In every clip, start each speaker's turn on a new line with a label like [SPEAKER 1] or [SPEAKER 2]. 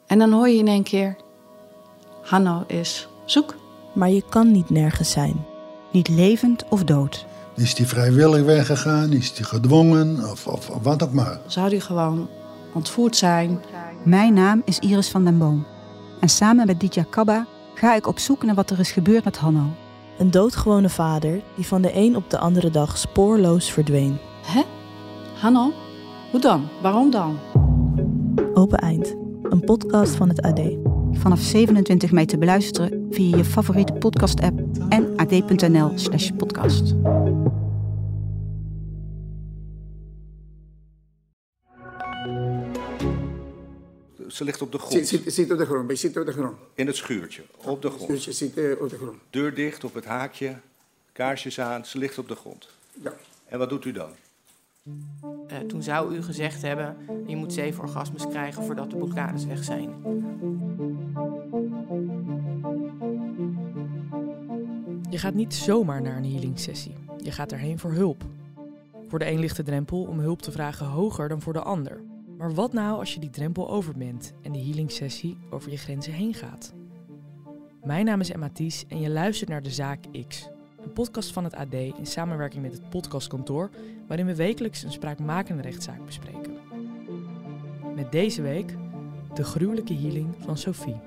[SPEAKER 1] En dan hoor je in één keer, Hanno is zoek.
[SPEAKER 2] Maar je kan niet nergens zijn. Niet levend of dood.
[SPEAKER 3] Is die vrijwillig weggegaan? Is die gedwongen? Of wat ook maar.
[SPEAKER 1] Zou die gewoon ontvoerd zijn?
[SPEAKER 4] Mijn naam is Iris van den Boom. En samen met Ditya Kabba ga ik op zoek naar wat er is gebeurd met Hanno.
[SPEAKER 2] Een doodgewone vader die van de een op de andere dag spoorloos verdween.
[SPEAKER 1] Hè? Hanno? Hoe dan? Waarom dan?
[SPEAKER 2] Open Eind, een podcast van het AD.
[SPEAKER 4] Vanaf 27 mei te beluisteren via je favoriete podcast-app en ad.nl/podcast.
[SPEAKER 5] Ze ligt op de grond.
[SPEAKER 6] Zit op de grond, bij zit op de grond.
[SPEAKER 5] In het schuurtje, op de grond.
[SPEAKER 6] Schuurtje zit op de grond.
[SPEAKER 5] Deur dicht op het haakje, kaarsjes aan, ze ligt op de grond.
[SPEAKER 6] Ja.
[SPEAKER 5] En wat doet u dan?
[SPEAKER 7] Toen zou u gezegd hebben, je moet 7 orgasmes krijgen voordat de blokkades weg zijn.
[SPEAKER 8] Je gaat niet zomaar naar een healingsessie. Je gaat erheen voor hulp. Voor de een ligt de drempel om hulp te vragen hoger dan voor de ander. Maar wat nou als je die drempel over bent en de healingsessie over je grenzen heen gaat? Mijn naam is Emma Ties en je luistert naar De Zaak X. Een podcast van het AD in samenwerking met het podcastkantoor, waarin we wekelijks een spraakmakende rechtszaak bespreken. Met deze week de gruwelijke healing van Sophie.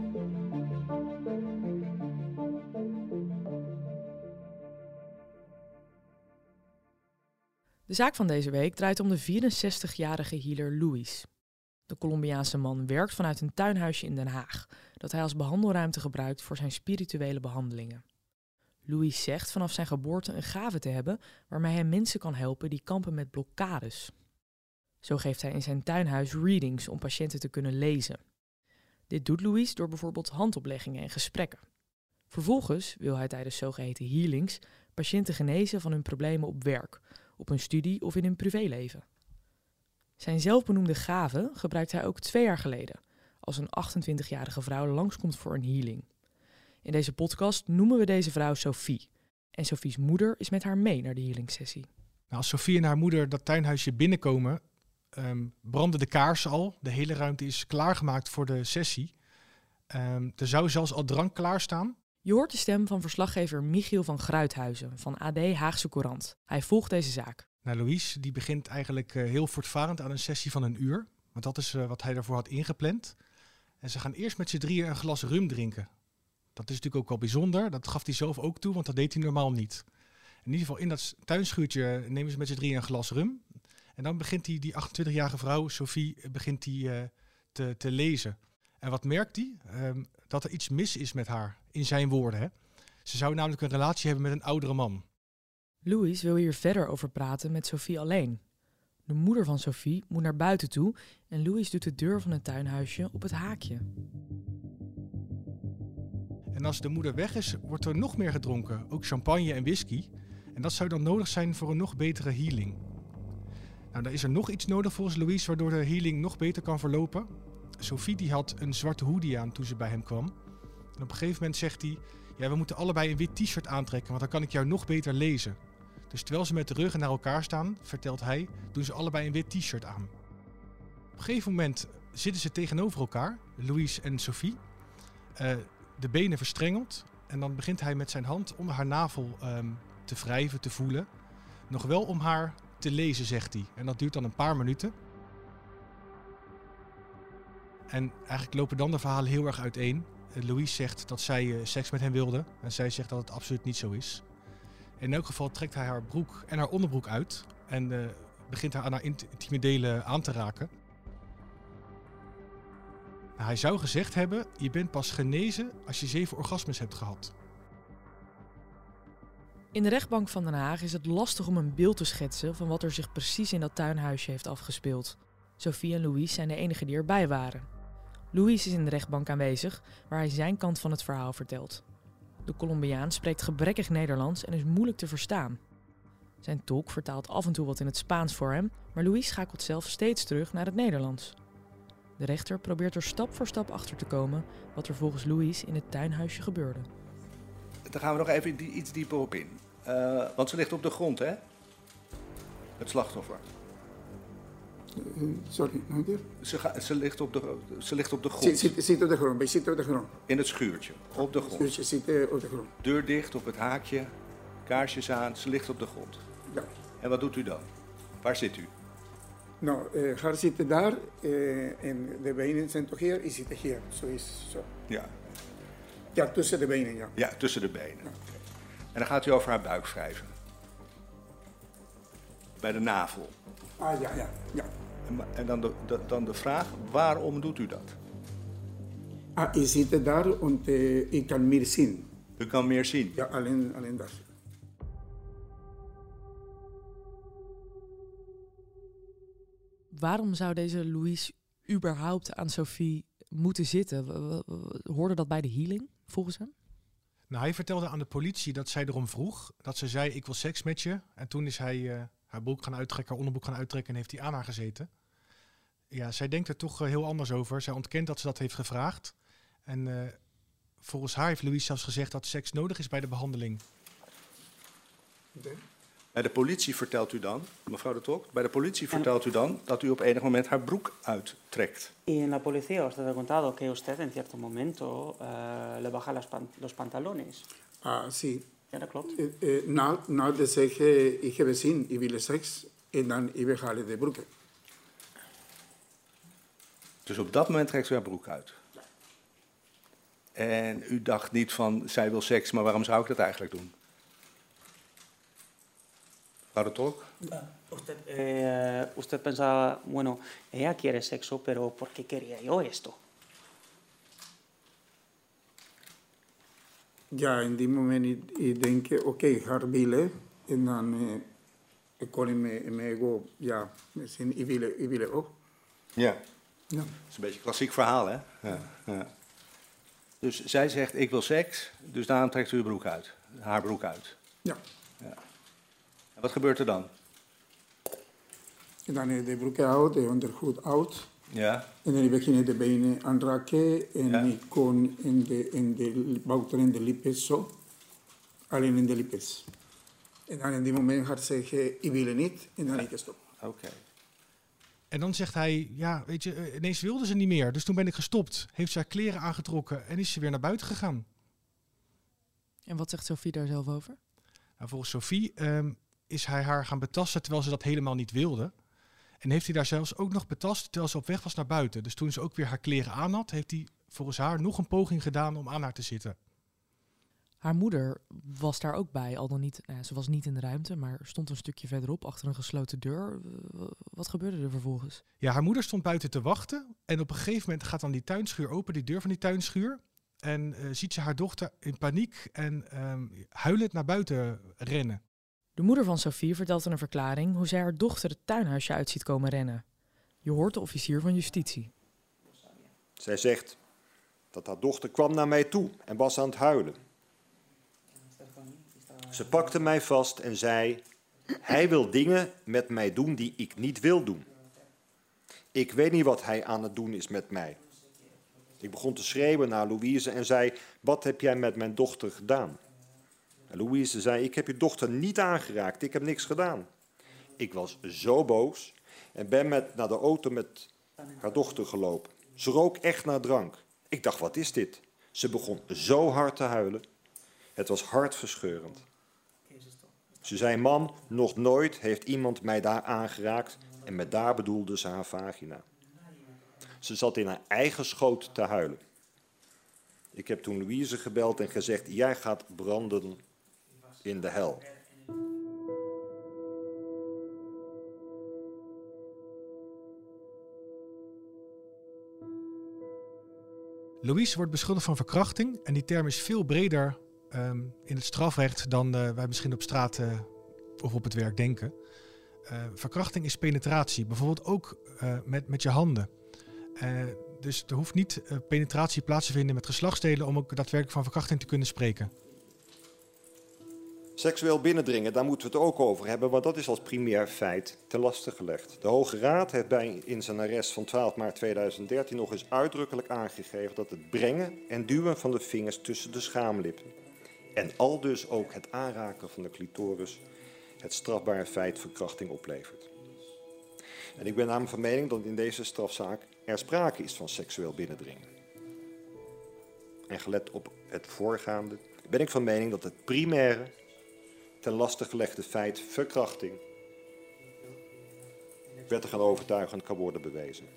[SPEAKER 8] De zaak van deze week draait om de 64-jarige healer Louis. De Colombiaanse man werkt vanuit een tuinhuisje in Den Haag, dat hij als behandelruimte gebruikt voor zijn spirituele behandelingen. Louis zegt vanaf zijn geboorte een gave te hebben waarmee hij mensen kan helpen die kampen met blokkades. Zo geeft hij in zijn tuinhuis readings om patiënten te kunnen lezen. Dit doet Louis door bijvoorbeeld handopleggingen en gesprekken. Vervolgens wil hij tijdens zogeheten healings patiënten genezen van hun problemen op werk, op hun studie of in hun privéleven. Zijn zelfbenoemde gave gebruikt hij ook 2 jaar geleden, als een 28-jarige vrouw langskomt voor een healing. In deze podcast noemen we deze vrouw Sophie. En Sophie's moeder is met haar mee naar de healingsessie.
[SPEAKER 9] Nou, als Sophie en haar moeder dat tuinhuisje binnenkomen, branden de kaarsen al. De hele ruimte is klaargemaakt voor de sessie. Er zou zelfs al drank klaarstaan.
[SPEAKER 8] Je hoort de stem van verslaggever Michiel van Gruithuizen van AD Haagse Courant. Hij volgt deze zaak.
[SPEAKER 9] Nou, Louise die begint eigenlijk heel voortvarend aan een sessie van 1 uur. Want dat is wat hij daarvoor had ingepland. En ze gaan eerst met z'n drieën een glas rum drinken. Dat is natuurlijk ook wel bijzonder. Dat gaf hij zelf ook toe, want dat deed hij normaal niet. In ieder geval in dat tuinschuurtje nemen ze met z'n drieën een glas rum. En dan begint die 28-jarige vrouw, Sophie, te lezen. En wat merkt hij? Dat er iets mis is met haar, in zijn woorden. Hè? Ze zou namelijk een relatie hebben met een oudere man.
[SPEAKER 8] Louis wil hier verder over praten met Sophie alleen. De moeder van Sophie moet naar buiten toe en Louis doet de deur van het tuinhuisje op het haakje.
[SPEAKER 9] En als de moeder weg is, wordt er nog meer gedronken, ook champagne en whisky. En dat zou dan nodig zijn voor een nog betere healing. Nou, dan is er nog iets nodig volgens Louise, waardoor de healing nog beter kan verlopen. Sophie die had een zwarte hoodie aan toen ze bij hem kwam. En op een gegeven moment zegt hij, ja, we moeten allebei een wit t-shirt aantrekken, want dan kan ik jou nog beter lezen. Dus terwijl ze met de ruggen naar elkaar staan, vertelt hij, doen ze allebei een wit t-shirt aan. Op een gegeven moment zitten ze tegenover elkaar, Louise en Sophie. De benen verstrengeld. En dan begint hij met zijn hand onder haar navel te wrijven, te voelen. Nog wel om haar te lezen, zegt hij. En dat duurt dan een paar minuten. En eigenlijk lopen dan de verhalen heel erg uiteen. Louise zegt dat zij seks met hem wilde. En zij zegt dat het absoluut niet zo is. In elk geval trekt hij haar broek en haar onderbroek uit. En begint haar aan haar intieme delen aan te raken. Nou, hij zou gezegd hebben, je bent pas genezen als je 7 orgasmes hebt gehad.
[SPEAKER 8] In de rechtbank van Den Haag is het lastig om een beeld te schetsen van wat er zich precies in dat tuinhuisje heeft afgespeeld. Sophie en Louis zijn de enigen die erbij waren. Louis is in de rechtbank aanwezig, waar hij zijn kant van het verhaal vertelt. De Colombiaan spreekt gebrekkig Nederlands en is moeilijk te verstaan. Zijn tolk vertaalt af en toe wat in het Spaans voor hem, maar Louis schakelt zelf steeds terug naar het Nederlands. De rechter probeert er stap voor stap achter te komen wat er volgens Louis in het tuinhuisje gebeurde.
[SPEAKER 5] Daar gaan we nog even iets dieper op in. Want ze ligt op de grond, hè? Het slachtoffer.
[SPEAKER 6] Sorry, nog een keer.
[SPEAKER 5] Ze ligt op de grond.
[SPEAKER 6] Zit op de grond, bij zit op de grond.
[SPEAKER 5] In het schuurtje, op de grond.
[SPEAKER 6] Dus je zit op de grond.
[SPEAKER 5] Deur dicht op het haakje, kaarsjes aan, ze ligt op de grond.
[SPEAKER 6] Ja.
[SPEAKER 5] En wat doet u dan? Waar zit u?
[SPEAKER 6] Nou, haar zit daar en de benen zijn toch hier, ik zit hier. Zo is zo.
[SPEAKER 5] Ja.
[SPEAKER 6] Ja, tussen de benen, ja.
[SPEAKER 5] Ja, tussen de benen. Ja. En dan gaat u over haar buik wrijven. Bij de navel.
[SPEAKER 6] Ah, ja.
[SPEAKER 5] En dan de vraag, waarom doet u dat?
[SPEAKER 6] Ik zit daar en ik kan meer zien.
[SPEAKER 5] U kan meer zien?
[SPEAKER 6] Ja, alleen daar.
[SPEAKER 8] Waarom zou deze Louise überhaupt aan Sophie moeten zitten? Hoorde dat bij de healing, volgens hem?
[SPEAKER 9] Nou, hij vertelde aan de politie dat zij erom vroeg. Dat ze zei, ik wil seks met je. En toen is hij haar broek gaan uittrekken, haar onderbroek gaan uittrekken en heeft hij aan haar gezeten. Ja, zij denkt er toch heel anders over. Zij ontkent dat ze dat heeft gevraagd. En volgens haar heeft Louise zelfs gezegd dat seks nodig is bij de behandeling.
[SPEAKER 5] Bij de politie vertelt u dan, mevrouw de Tolk, bij de politie vertelt u dan dat u op enig moment haar broek uittrekt.
[SPEAKER 10] Y en la policía usted ha contado que usted en cierto momento le baja los pantalones.
[SPEAKER 6] Ah, sí.
[SPEAKER 10] Ja, dat klopt.
[SPEAKER 6] Nou, de zeggen, ik heb zin, ik wil seks en dan ik halen de broeken.
[SPEAKER 5] Dus op dat moment trekt u haar broek uit. En u dacht niet van, zij wil seks, maar waarom zou ik dat eigenlijk doen? Mevrouw de Tolk?
[SPEAKER 10] Usted pensaba, bueno, ella quiere sexo, pero ¿por qué quería yo esto?
[SPEAKER 6] Ja, in die moment ik denk, oké, haar willen en dan kon ik me ego, ja, misschien ik wil ook.
[SPEAKER 5] Ja.
[SPEAKER 6] Ja.
[SPEAKER 5] Dat is een beetje een klassiek verhaal, hè? Ja. Dus zij zegt, ik wil seks, dus daarom trekt u haar broek uit.
[SPEAKER 6] Ja.
[SPEAKER 5] En wat gebeurt er dan?
[SPEAKER 6] En dan de broeken uit, de ondergoed uit.
[SPEAKER 5] Ja.
[SPEAKER 6] En dan beginnen de benen aanraken en ik kon in de bouten en de lippen zo. Alleen in de lippen. En dan in die moment gaat ze zeggen, ik wil het niet en dan ik stop.
[SPEAKER 5] Oké.
[SPEAKER 9] En dan zegt hij, ja, weet je, ineens wilde ze niet meer. Dus toen ben ik gestopt. Heeft ze haar kleren aangetrokken en is ze weer naar buiten gegaan.
[SPEAKER 8] En wat zegt Sophie daar zelf over?
[SPEAKER 9] Nou, volgens Sophie is hij haar gaan betasten terwijl ze dat helemaal niet wilde. En heeft hij daar zelfs ook nog betast terwijl ze op weg was naar buiten. Dus toen ze ook weer haar kleren aan had, heeft hij volgens haar nog een poging gedaan om aan haar te zitten.
[SPEAKER 8] Haar moeder was daar ook bij, al dan niet. Ze was niet in de ruimte, maar stond een stukje verderop achter een gesloten deur. Wat gebeurde er vervolgens?
[SPEAKER 9] Ja, haar moeder stond buiten te wachten. En op een gegeven moment gaat dan die tuinschuur open, die deur van die tuinschuur. En ziet ze haar dochter in paniek en huilend naar buiten rennen.
[SPEAKER 8] De moeder van Sophie vertelt in een verklaring hoe zij haar dochter het tuinhuisje uit ziet komen rennen. Je hoort de officier van justitie.
[SPEAKER 11] Zij zegt dat haar dochter kwam naar mij toe en was aan het huilen. Ze pakte mij vast en zei, hij wil dingen met mij doen die ik niet wil doen. Ik weet niet wat hij aan het doen is met mij. Ik begon te schreeuwen naar Louise en zei, wat heb jij met mijn dochter gedaan? En Louise zei, ik heb je dochter niet aangeraakt, ik heb niks gedaan. Ik was zo boos en ben naar de auto met haar dochter gelopen. Ze rook echt naar drank. Ik dacht, wat is dit? Ze begon zo hard te huilen. Het was hartverscheurend. Ze zei, mam, nog nooit heeft iemand mij daar aangeraakt. En met daar bedoelde ze haar vagina. Ze zat in haar eigen schoot te huilen. Ik heb toen Louise gebeld en gezegd, jij gaat branden in de hel.
[SPEAKER 9] Louise wordt beschuldigd van verkrachting. En die term is veel breder in het strafrecht dan wij misschien op straat of op het werk denken. Verkrachting is penetratie. Bijvoorbeeld ook met je handen. Dus er hoeft niet penetratie plaats te vinden met geslachtsdelen om ook daadwerkelijk van verkrachting te kunnen spreken.
[SPEAKER 11] Seksueel binnendringen, daar moeten we het ook over hebben, want dat is als primair feit ten laste gelegd. De Hoge Raad heeft in zijn arrest van 12 maart 2013 nog eens uitdrukkelijk aangegeven dat het brengen en duwen van de vingers tussen de schaamlippen en aldus ook het aanraken van de clitoris het strafbare feit verkrachting oplevert. En ik ben namelijk van mening dat in deze strafzaak er sprake is van seksueel binnendringen. En gelet op het voorgaande ben ik van mening dat het primaire ten laste gelegde feit verkrachting wettig en overtuigend kan worden bewezen.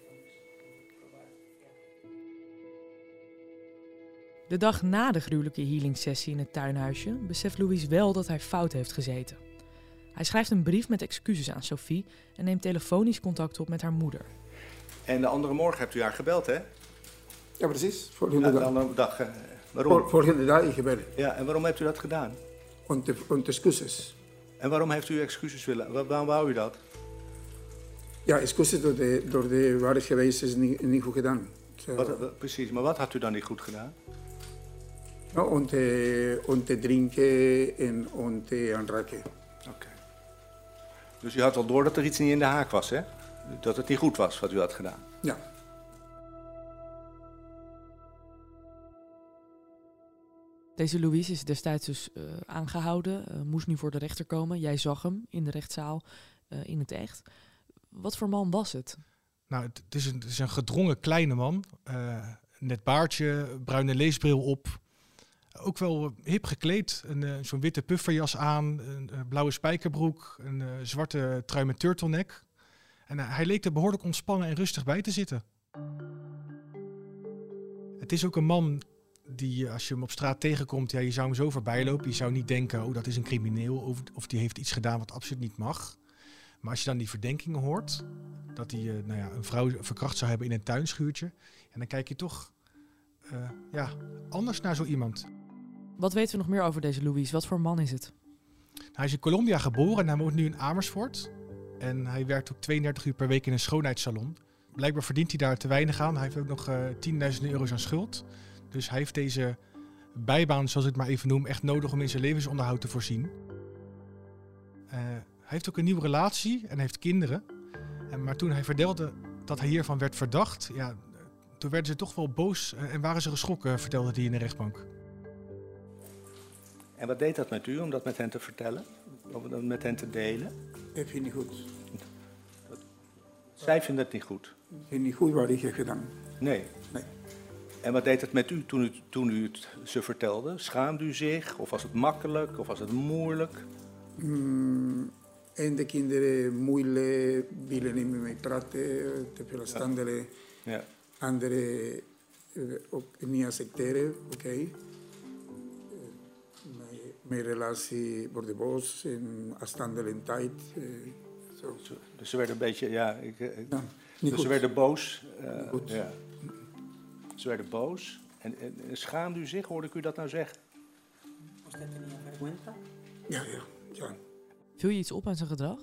[SPEAKER 8] De dag na de gruwelijke healingsessie in het tuinhuisje beseft Louis wel dat hij fout heeft gezeten. Hij schrijft een brief met excuses aan Sophie en neemt telefonisch contact op met haar moeder.
[SPEAKER 5] En de andere morgen hebt u haar gebeld, hè?
[SPEAKER 6] Ja, precies. Volgende
[SPEAKER 5] De
[SPEAKER 6] dag.
[SPEAKER 5] andere dag. Waarom?
[SPEAKER 6] Volgende dag ik gebeld.
[SPEAKER 5] Ja, en waarom hebt u dat gedaan?
[SPEAKER 6] Om excuses.
[SPEAKER 5] En waarom heeft u excuses willen? Waarom wou u dat?
[SPEAKER 6] Ja, excuses door de waar het geweest is niet goed gedaan.
[SPEAKER 5] Precies, maar wat had u dan niet goed gedaan?
[SPEAKER 6] No, om te drinken en om te aanraken.
[SPEAKER 5] Oké. Dus u had al door dat er iets niet in de haak was, hè? Dat het niet goed was wat u had gedaan?
[SPEAKER 6] Ja.
[SPEAKER 8] Deze Louis is destijds dus aangehouden, moest nu voor de rechter komen. Jij zag hem in de rechtszaal, in het echt. Wat voor man was het?
[SPEAKER 9] Nou, het is een gedrongen kleine man. Net baardje, bruine leesbril op. Ook wel hip gekleed. Zo'n witte pufferjas aan, een blauwe spijkerbroek, een zwarte trui met turtleneck. En hij leek er behoorlijk ontspannen en rustig bij te zitten. Het is ook een man die, als je hem op straat tegenkomt, ja, je zou hem zo voorbij lopen. Je zou niet denken, oh, dat is een crimineel of die heeft iets gedaan wat absoluut niet mag. Maar als je dan die verdenkingen hoort, dat hij een vrouw verkracht zou hebben in een tuinschuurtje, en dan kijk je toch anders naar zo iemand.
[SPEAKER 8] Wat weten we nog meer over deze Louis? Wat voor man is het?
[SPEAKER 9] Hij is in Colombia geboren en hij woont nu in Amersfoort. En hij werkt ook 32 uur per week in een schoonheidssalon. Blijkbaar verdient hij daar te weinig aan. Hij heeft ook nog 10.000 euro's aan schuld. Dus hij heeft deze bijbaan, zoals ik het maar even noem, echt nodig om in zijn levensonderhoud te voorzien. Hij heeft ook een nieuwe relatie en heeft kinderen. Maar toen hij vertelde dat hij hiervan werd verdacht, ja, toen werden ze toch wel boos en waren ze geschrokken, vertelde hij in de rechtbank.
[SPEAKER 5] En wat deed dat met u, om dat met hen te vertellen? Om dat met hen te delen?
[SPEAKER 6] Ik vind het niet goed.
[SPEAKER 5] Zij vinden het niet goed?
[SPEAKER 6] Ik vind het niet goed wat ik heb gedaan.
[SPEAKER 5] Nee?
[SPEAKER 6] Nee.
[SPEAKER 5] En wat deed het met u toen u het ze vertelde? Schaamde u zich? Of was het makkelijk? Of was het moeilijk?
[SPEAKER 6] En de kinderen moeilijk, willen niet met mij praten, te veel afstandelen.
[SPEAKER 5] Ja.
[SPEAKER 6] Anderen ook niet accepteren, oké. Mijn relatie wordt boos en afstandelen in tijd.
[SPEAKER 5] Dus ze werden een beetje,
[SPEAKER 6] niet goed.
[SPEAKER 5] Ze werden boos.
[SPEAKER 6] Goed.
[SPEAKER 5] Ja. Ze werden boos. En schaamde u zich, hoorde ik u dat nou zeggen?
[SPEAKER 6] Ja.
[SPEAKER 8] Viel je iets op aan zijn gedrag?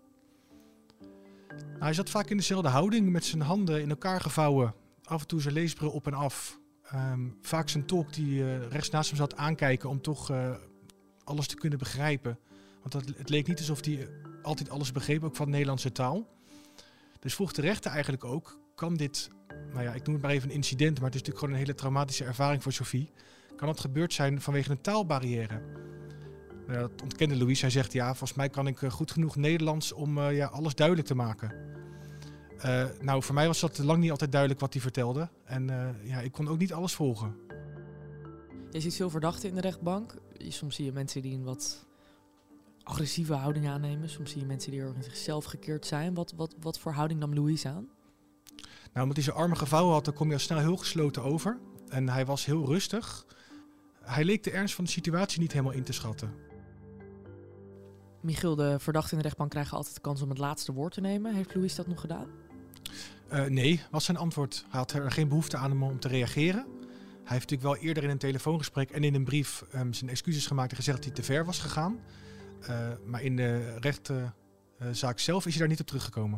[SPEAKER 9] Nou, hij zat vaak in dezelfde houding, met zijn handen in elkaar gevouwen. Af en toe zijn leesbril op en af. Vaak zijn tolk die rechts naast hem zat aankijken om toch alles te kunnen begrijpen. Want het leek niet alsof hij altijd alles begreep, ook van de Nederlandse taal. Dus vroeg de rechter eigenlijk ook, kan dit, ik noem het maar even een incident, maar het is natuurlijk gewoon een hele traumatische ervaring voor Sophie. Kan het gebeurd zijn vanwege een taalbarrière? Dat ontkende Louis. Hij zegt, ja, volgens mij kan ik goed genoeg Nederlands om alles duidelijk te maken. Voor mij was dat lang niet altijd duidelijk wat hij vertelde. En ik kon ook niet alles volgen.
[SPEAKER 8] Je ziet veel verdachten in de rechtbank. Soms zie je mensen die een wat agressieve houding aannemen. Soms zie je mensen die er in zichzelf gekeerd zijn. Wat voor houding nam Louis aan? Nou,
[SPEAKER 9] omdat hij zijn armen gevouwen had, dan kom je al snel heel gesloten over. En hij was heel rustig. Hij leek de ernst van de situatie niet helemaal in te schatten.
[SPEAKER 8] Michiel, de verdachten in de rechtbank krijgen altijd de kans om het laatste woord te nemen. Heeft Louis dat nog gedaan?
[SPEAKER 9] Nee, was zijn antwoord. Hij had er geen behoefte aan om te reageren. Hij heeft natuurlijk wel eerder in een telefoongesprek en in een brief zijn excuses gemaakt en gezegd dat hij te ver was gegaan. Maar in de rechtszaak zelf is hij daar niet op teruggekomen.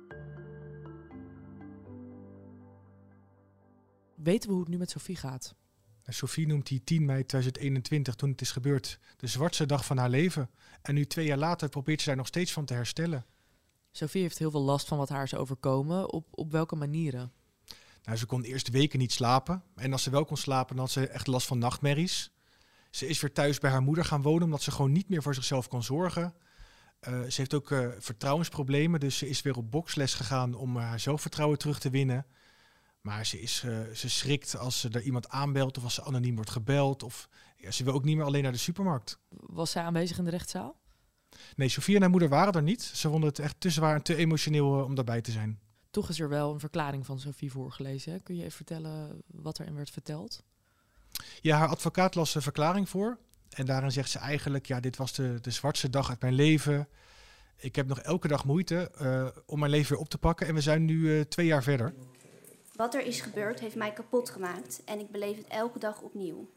[SPEAKER 8] Weten we hoe het nu met Sophie gaat?
[SPEAKER 9] Sophie noemt die 10 mei 2021, toen het is gebeurd, de zwartste dag van haar leven. En nu 2 jaar later probeert ze daar nog steeds van te herstellen.
[SPEAKER 8] Sophie heeft heel veel last van wat haar is overkomen. Op welke manieren?
[SPEAKER 9] Nou, ze kon eerst weken niet slapen. En als ze wel kon slapen, dan had ze echt last van nachtmerries. Ze is weer thuis bij haar moeder gaan wonen, omdat ze gewoon niet meer voor zichzelf kon zorgen. Ze heeft ook vertrouwensproblemen, dus ze is weer op boksles gegaan om haar zelfvertrouwen terug te winnen. Maar ze schrikt als er iemand aanbelt of als ze anoniem wordt gebeld. Of ze wil ook niet meer alleen naar de supermarkt.
[SPEAKER 8] Was zij aanwezig in de rechtszaal?
[SPEAKER 9] Nee, Sofie en haar moeder waren er niet. Ze vonden het echt te zwaar en te emotioneel om daarbij te zijn.
[SPEAKER 8] Toch is er wel een verklaring van Sofie voorgelezen. Hè? Kun je even vertellen wat erin werd verteld?
[SPEAKER 9] Ja, haar advocaat las de verklaring voor. En daarin zegt ze eigenlijk, ja, dit was de zwartste dag uit mijn leven. Ik heb nog elke dag moeite om mijn leven weer op te pakken. En we zijn nu 2 jaar verder.
[SPEAKER 12] Wat er is gebeurd heeft mij kapot gemaakt en ik beleef het elke dag opnieuw.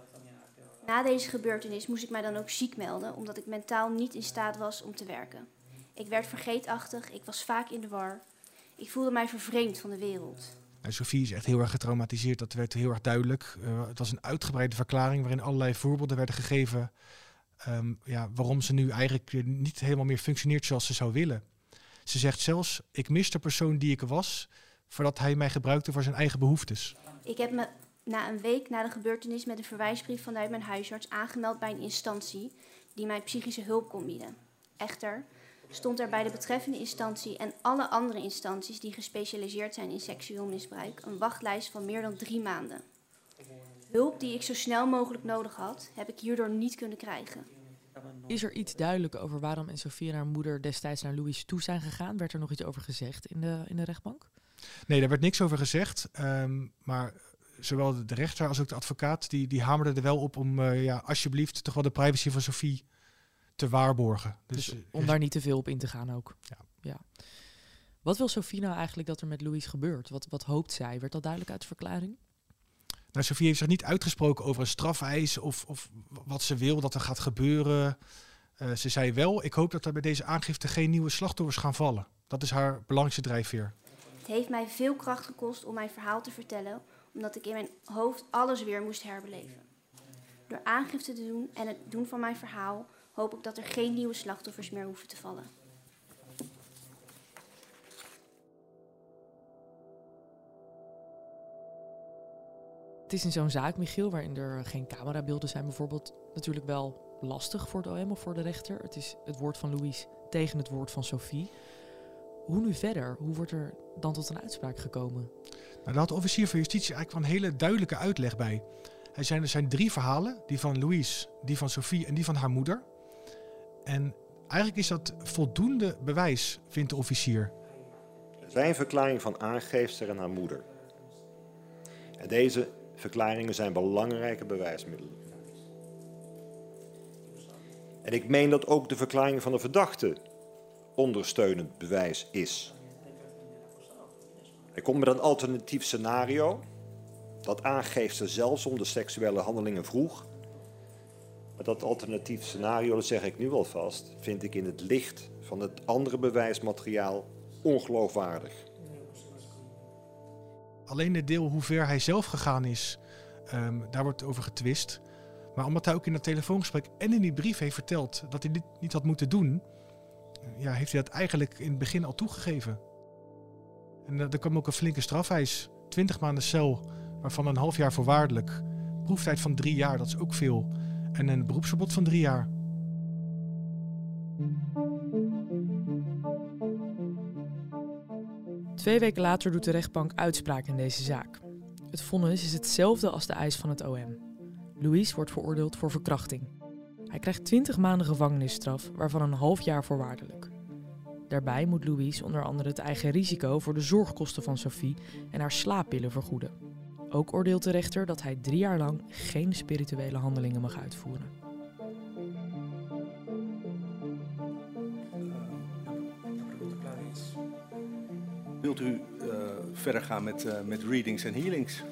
[SPEAKER 12] Na deze gebeurtenis moest ik mij dan ook ziek melden, omdat ik mentaal niet in staat was om te werken. Ik werd vergeetachtig, ik was vaak in de war. Ik voelde mij vervreemd van de wereld.
[SPEAKER 9] Nou, Sofie is echt heel erg getraumatiseerd, dat werd heel erg duidelijk. Het was een uitgebreide verklaring waarin allerlei voorbeelden werden gegeven. Waarom ze nu eigenlijk niet helemaal meer functioneert zoals ze zou willen. Ze zegt zelfs, ik mis de persoon die ik was, voordat hij mij gebruikte voor zijn eigen behoeftes.
[SPEAKER 12] Ik heb me na een week na de gebeurtenis met een verwijsbrief vanuit mijn huisarts aangemeld bij een instantie die mij psychische hulp kon bieden. Echter stond er bij de betreffende instantie en alle andere instanties die gespecialiseerd zijn in seksueel misbruik een wachtlijst van meer dan 3 maanden. Hulp die ik zo snel mogelijk nodig had, heb ik hierdoor niet kunnen krijgen.
[SPEAKER 8] Is er iets duidelijk over waarom Sofie en haar moeder destijds naar Louis toe zijn gegaan? Werd er nog iets over gezegd in de rechtbank?
[SPEAKER 9] Nee, daar werd niks over gezegd. Maar zowel de rechter als ook de advocaat die hamerden er wel op om alsjeblieft toch wel de privacy van Sofie te waarborgen. Dus
[SPEAKER 8] om daar niet te veel op in te gaan ook.
[SPEAKER 9] Ja.
[SPEAKER 8] Wat wil Sofie nou eigenlijk dat er met Louis gebeurt? Wat hoopt zij? Werd dat duidelijk uit de verklaring?
[SPEAKER 9] Nou, Sofie heeft zich niet uitgesproken over een strafeis of wat ze wil dat er gaat gebeuren. Ze zei wel, ik hoop dat er bij deze aangifte geen nieuwe slachtoffers gaan vallen. Dat is haar belangrijkste drijfveer.
[SPEAKER 12] Het heeft mij veel kracht gekost om mijn verhaal te vertellen, omdat ik in mijn hoofd alles weer moest herbeleven. Door aangifte te doen en het doen van mijn verhaal hoop ik dat er geen nieuwe slachtoffers meer hoeven te vallen.
[SPEAKER 8] Het is in zo'n zaak, Michiel, waarin er geen camerabeelden zijn bijvoorbeeld, natuurlijk wel lastig voor het OM of voor de rechter. Het is het woord van Louis tegen het woord van Sofie. Hoe nu verder? Hoe wordt er dan tot een uitspraak gekomen?
[SPEAKER 9] Nou, daar had de officier van justitie eigenlijk wel een hele duidelijke uitleg bij. Er zijn 3 verhalen, die van Louise, die van Sofie en die van haar moeder. En eigenlijk is dat voldoende bewijs, vindt de officier.
[SPEAKER 11] Er zijn verklaringen van aangeefster en haar moeder. En deze verklaringen zijn belangrijke bewijsmiddelen. En ik meen dat ook de verklaring van de verdachte ondersteunend bewijs is. Hij komt met een alternatief scenario dat aangeefster zelfs om de seksuele handelingen vroeg. Maar dat alternatief scenario, dat zeg ik nu alvast, vind ik in het licht van het andere bewijsmateriaal ongeloofwaardig.
[SPEAKER 9] Alleen het deel hoe ver hij zelf gegaan is, daar wordt over getwist. Maar omdat hij ook in dat telefoongesprek en in die brief heeft verteld dat hij dit niet had moeten doen, heeft hij dat eigenlijk in het begin al toegegeven. En er kwam ook een flinke strafeis. 20 maanden cel, waarvan een half jaar voorwaardelijk. Proeftijd van 3 jaar, dat is ook veel. En een beroepsverbod van 3 jaar.
[SPEAKER 8] Twee weken later doet de rechtbank uitspraak in deze zaak. Het vonnis is hetzelfde als de eis van het OM. Louis wordt veroordeeld voor verkrachting. Hij krijgt 20 maanden gevangenisstraf, waarvan een half jaar voorwaardelijk. Daarbij moet Louis onder andere het eigen risico voor de zorgkosten van Sofie en haar slaappillen vergoeden. Ook oordeelt de rechter dat hij 3 jaar lang geen spirituele handelingen mag uitvoeren.
[SPEAKER 5] Wilt u verder gaan met readings en healings?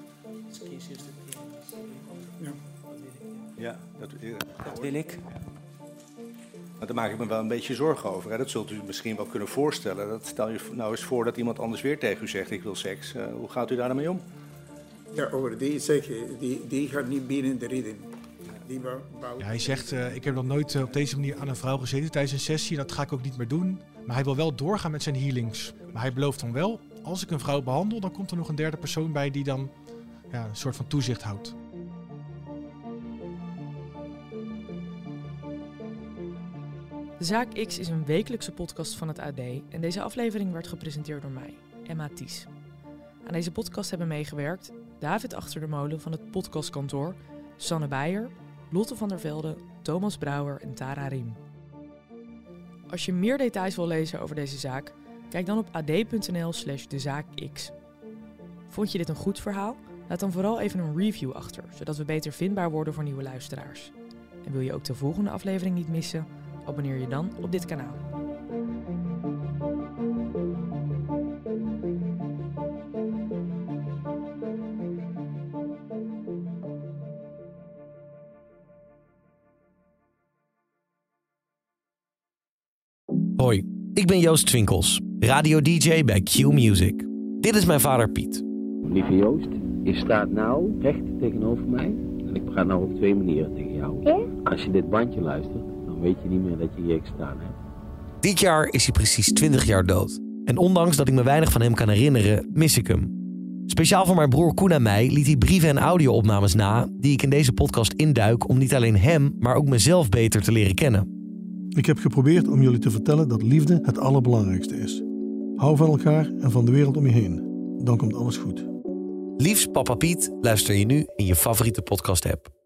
[SPEAKER 5] Ja, dat
[SPEAKER 10] wil ik.
[SPEAKER 5] Maar daar maak ik me wel een beetje zorgen over. Hè. Dat zult u misschien wel kunnen voorstellen. Dat stel je nou eens voor dat iemand anders weer tegen u zegt, ik wil seks. Hoe gaat u daar dan mee om?
[SPEAKER 6] Ja, over die zeggen, die gaat niet binnen de reading.
[SPEAKER 9] Hij zegt, ik heb nog nooit op deze manier aan een vrouw gezeten tijdens een sessie. Dat ga ik ook niet meer doen. Maar hij wil wel doorgaan met zijn healings. Maar hij belooft dan wel, als ik een vrouw behandel, dan komt er nog een derde persoon bij die dan een soort van toezicht houdt.
[SPEAKER 8] De Zaak X is een wekelijkse podcast van het AD en deze aflevering werd gepresenteerd door mij, Emma Ties. Aan deze podcast hebben meegewerkt David Achterdemolen van het podcastkantoor, Sanne Beijer, Lotte van der Velde, Thomas Brouwer en Tara Riem. Als je meer details wil lezen over deze zaak, kijk dan op ad.nl/dezaakx. Vond je dit een goed verhaal? Laat dan vooral even een review achter, zodat we beter vindbaar worden voor nieuwe luisteraars. En wil je ook de volgende aflevering niet missen? Abonneer je dan op dit kanaal.
[SPEAKER 13] Hoi, ik ben Joost Twinkels, radio-dj bij Q Music. Dit is mijn vader Piet.
[SPEAKER 14] Lieve Joost, je staat nou recht tegenover mij en ik praat nou op 2 manieren tegen jou. Ja? Als je dit bandje luistert, dan weet je niet meer dat je hier gestaan hebt.
[SPEAKER 13] Dit jaar is hij precies 20 jaar dood. En ondanks dat ik me weinig van hem kan herinneren, mis ik hem. Speciaal voor mijn broer Koen en mij liet hij brieven en audio-opnames na die ik in deze podcast induik om niet alleen hem, maar ook mezelf beter te leren kennen.
[SPEAKER 15] Ik heb geprobeerd om jullie te vertellen dat liefde het allerbelangrijkste is. Hou van elkaar en van de wereld om je heen. Dan komt alles goed.
[SPEAKER 13] Liefst Papa Piet luister je nu in je favoriete podcast-app.